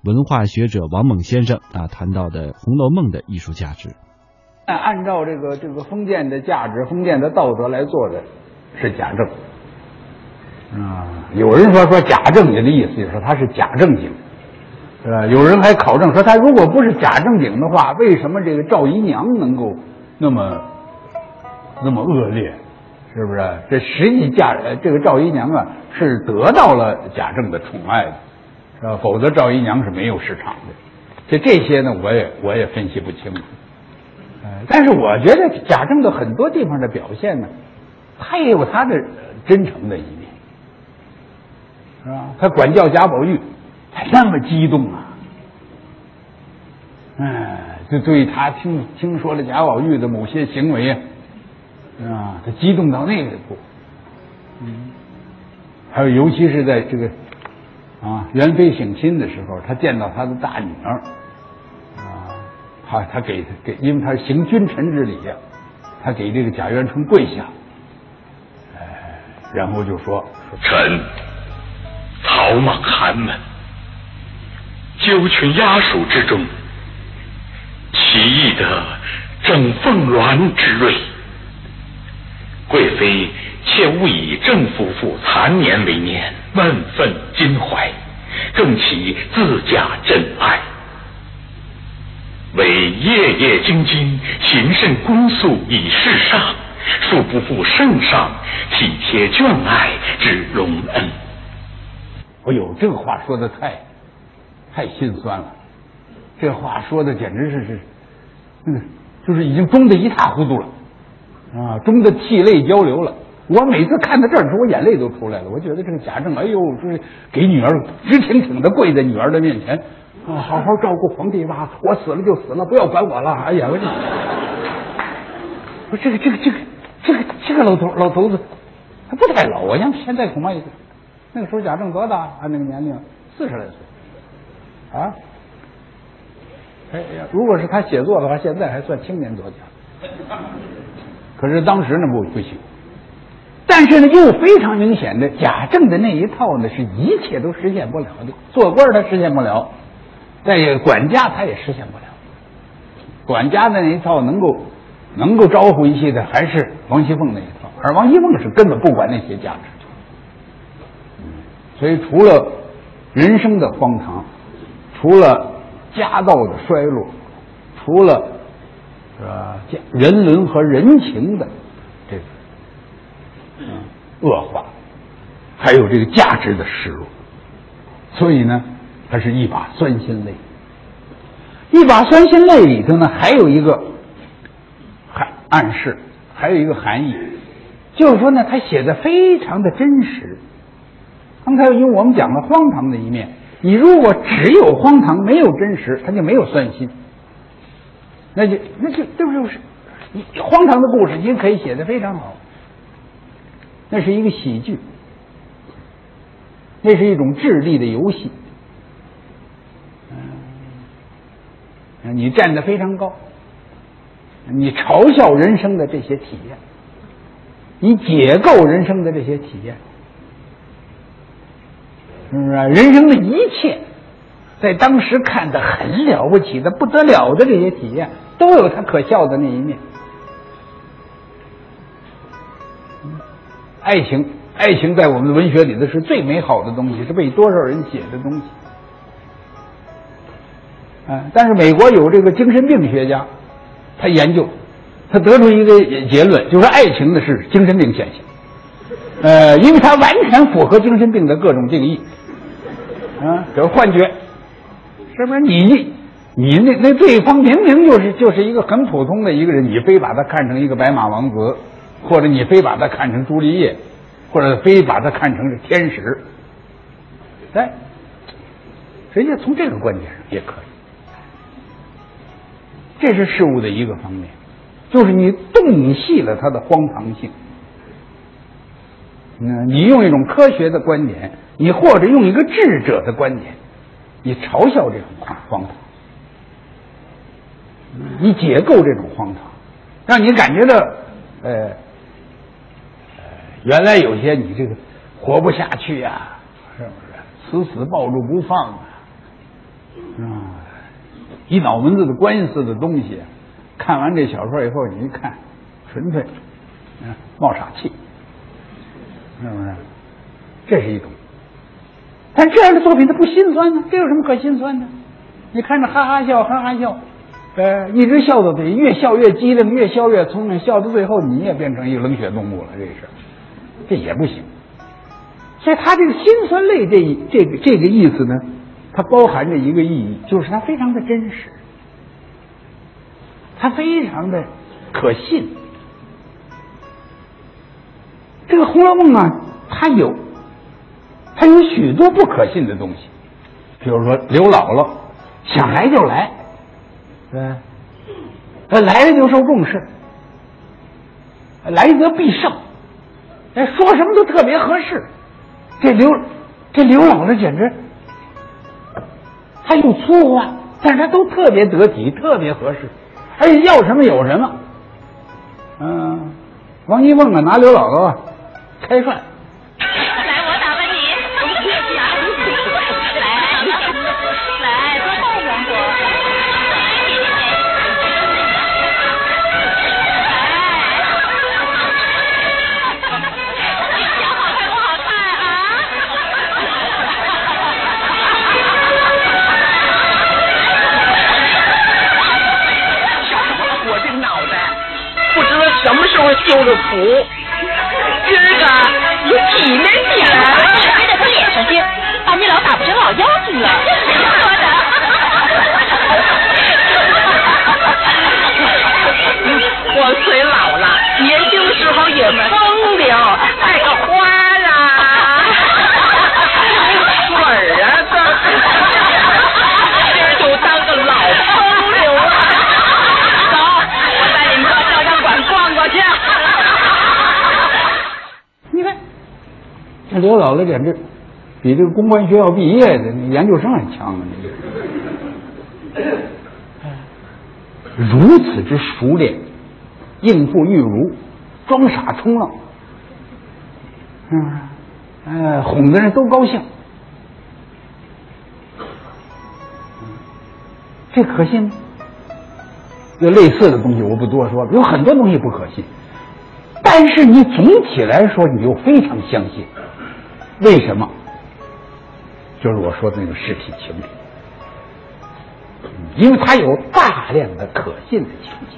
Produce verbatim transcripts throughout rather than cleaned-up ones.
文化学者王猛先生啊谈到的《红楼梦》的艺术价值。 按照这个这个封建的价值、封建的道德来做的是贾政啊。有人说说贾正经的意思就是说他是假正经，是吧？有人还考证说他如果不是假正经的话，为什么这个赵姨娘能够那么那么恶劣？是不是？这实际贾这个赵姨娘啊是得到了贾政的宠爱的，是吧？否则赵姨娘是没有市场的。这这些呢，我也我也分析不清楚。但是我觉得贾政的很多地方的表现呢，他也有他的真诚的一面，是吧？他管教贾宝玉，他那么激动啊，哎，就对他听听说了贾宝玉的某些行为啊，他激动到那个步。嗯，还有尤其是在这个啊元妃省亲的时候，他见到他的大女儿。他他给给，因为他是行君臣之礼呀、啊，他给这个贾元春跪下，哎，然后就说：“ 臣草莽寒门，九群鸦属之中，奇异的正凤鸾之瑞。贵妃切勿以郑夫妇残年为年，万分襟怀，更其自家珍爱。”为夜夜精精，行甚恭肃以示上，恕不负圣上体贴眷爱之隆恩。 哎呦，这个话说的太太心酸了，这话说的简直是是，嗯，就是已经忠的一塌糊涂了啊，忠的涕泪交流了。我每次看到这儿的时候，我眼泪都出来了。我觉得这个贾政，哎呦，就是给女儿直挺挺的跪在女儿的面前。啊，好好照顾皇帝吧！我死了就死了，不要管我了。哎呀，我这，我这个这个这个这个这个老头老头子，他不太老啊，像现在恐怕也，那个时候贾政多大？按那个年龄，四十来岁啊。哎呀，如果是他写作的话，现在还算青年作家。可是当时呢不不行。但是呢，又非常明显的，贾政的那一套呢，是一切都实现不了的。做官他实现不了。在管家他也实现不了，管家的那一套能够能够招呼一些的还是王熙凤那一套，而王熙凤是根本不管那些价值。所以除了人生的荒唐，除了家道的衰落，除了呃人伦和人情的这个嗯恶化，还有这个价值的失落，所以呢。它是一把酸心泪，一把酸心泪里头呢，还有一个含暗示，还有一个含义，就是说呢，他写的非常的真实。刚才因为我们讲了荒唐的一面，你如果只有荒唐没有真实，它就没有酸心，那就那就这就是荒唐的故事，你可以写得非常好，那是一个喜剧，那是一种智力的游戏。你站得非常高，你嘲笑人生的这些体验，你解构人生的这些体验，是不是啊？人生的一切，在当时看的很了不起的不得了的这些体验，都有它可笑的那一面。爱情，爱情在我们的文学里头是最美好的东西，是被多少人写的东西。啊，但是美国有这个精神病学家，他研究，他得出一个结论，就是爱情的是精神病现象，呃，因为它完全符合精神病的各种定义，啊，比如幻觉，是不是？你你那那对方明明就是就是一个很普通的一个人，你非把他看成一个白马王子，或者你非把他看成朱丽叶，或者非把他看成是天使，哎，实际上从这个观点上也可以。这是事物的一个方面，就是你洞悉了它的荒唐性。嗯，你用一种科学的观点，你或者用一个智者的观点，你嘲笑这种荒荒唐，你解构这种荒唐，让你感觉到，呃，呃，原来有些你这个活不下去啊，是不是？死死抱住不放啊， 一脑门子的关系的东西。看完这小说以后，你一看，纯粹，嗯，冒傻气，是不是？这是一种。但这样的作品它不心酸呢，这有什么可心酸的？你看着哈哈笑，哈哈笑，呃，一直笑到底，越笑越机灵，越笑越聪明，笑到最后你也变成一个冷血动物了，这是，这也不行。所以他这个心酸泪这一这个这个意思呢，它包含着一个意义，就是它非常的真实，它非常的可信。这个《红楼梦》啊，它有它有许多不可信的东西，比如说刘姥姥想来就来，对，呃，来了就受重视，来则必胜，哎，说什么都特别合适。这刘这刘姥姥简直，她有粗话，但是她都特别得体，特别合适，而且要什么有什么。嗯、呃，王一凤啊，拿刘姥姥啊开涮。 来，我打扮你。来，来，多抱我我。来，你想好看不好看啊？ 小什么？我这个脑袋不知道什么时候修的福。今儿个你体面起来， 贴在他脸上去，把你老打不成老妖精了。谁说的？ 我虽老了，年轻的时候也风流，带个花啊，水儿啊的，今儿就当个老风流啊。走，我带你们到照相馆逛逛去。 你看，这刘姥姥简直比这个公关学校毕业的研究生还强啊！如此之熟练，应付玉茹，装傻充愣，嗯，呃，哄得人都高兴。这可信吗？有类似的东西我不多说了，有很多东西不可信。但是你总体来说，你又非常相信，为什么？就是我说的那个尸体情节，因为它有大量的可信的情节。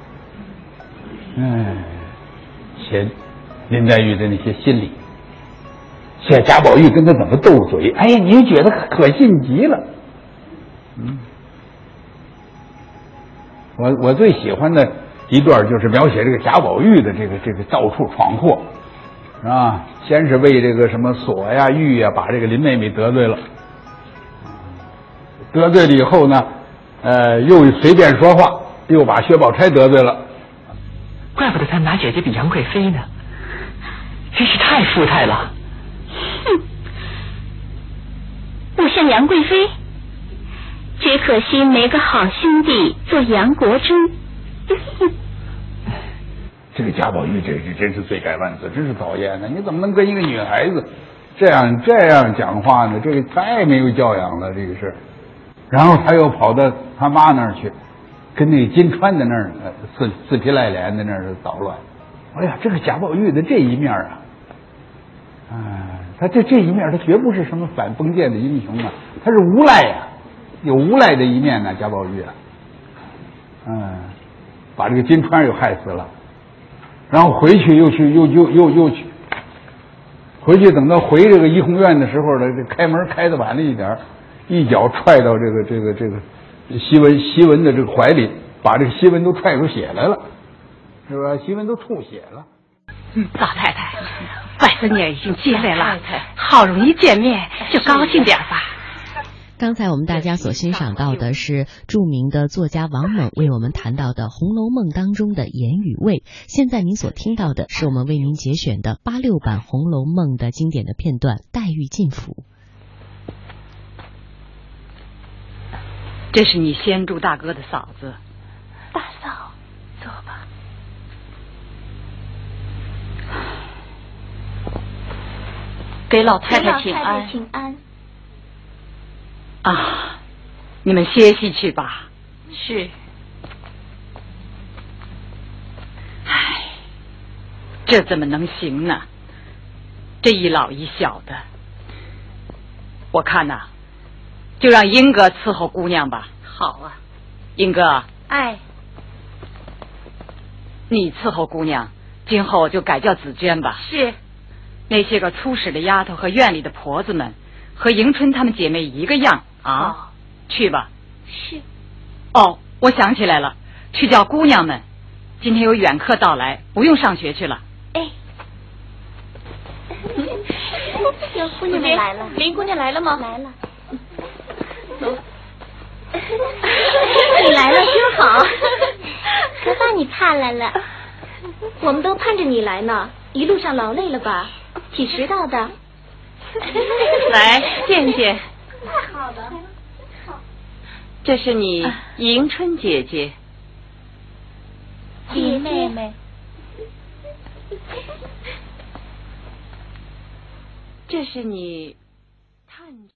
嗯，写林黛玉的那些心理，写贾宝玉跟他怎么斗嘴，哎呀，你就觉得可信极了。嗯，我我最喜欢的一段就是描写这个贾宝玉的这个这个到处闯祸，是吧？先是为这个什么锁呀、玉呀，把这个林妹妹得罪了，得罪了以后呢，呃，又随便说话，又把薛宝钗得罪了。 怪不得他拿姐姐比杨贵妃呢，真是太富态了。 哼，我像杨贵妃，只可惜没个好兄弟做杨国忠。 这个贾宝玉这是真是罪该万死，真是讨厌的！你怎么能跟一个女孩子这样这样讲话呢？这个太没有教养了，这个是。然后他又跑到他妈那儿去，跟那个金钏的那儿死死皮赖脸的那儿捣乱。哎呀，这个贾宝玉的这一面啊，哎，他这这一面他绝不是什么反封建的英雄啊，他是无赖呀、啊，有无赖的一面呢、啊。贾宝玉啊，嗯，把这个金钏又害死了。然后回去又去又又又又去，回去等到回这个怡红院的时候呢，这开门开的晚了一点，一脚踹到这个这个这个西文西文的这个怀里，把这个西文都踹出血来了，是吧？西文都吐血了。 嗯，老太太，外孙女已经接来了，好容易见面，就高兴点吧。 刚才我们大家所欣赏到的是著名的作家王蒙为我们谈到的《红楼梦》当中的言与味，现在您所听到的是我们为您节选的八六版《红楼梦》的经典的片段《黛玉进府》。 这是你先住大哥的嫂子。 大嫂，坐吧。 给老太太请安。 请安。 啊，你们歇息去吧。 是。唉，这怎么能行呢？这一老一小的，我看呐、啊，就让英哥伺候姑娘吧。 好啊， 英哥。 哎， 你伺候姑娘，今后就改叫紫娟吧。 是。 那些个粗使的丫头和院里的婆子们，和迎春她们姐妹一个样啊。 哦、 去吧。 是。 哦，我想起来了，去叫姑娘们。今天有远客到来，不用上学去了。 哎，小姑娘们来了。林姑娘来了吗？来了。走。 你来了真好，可把你盼来了。我们都盼着你来呢，一路上劳累了吧？挺迟到的。 来见见。 太好了。 这是你迎春姐姐。 姐妹妹。 这是你探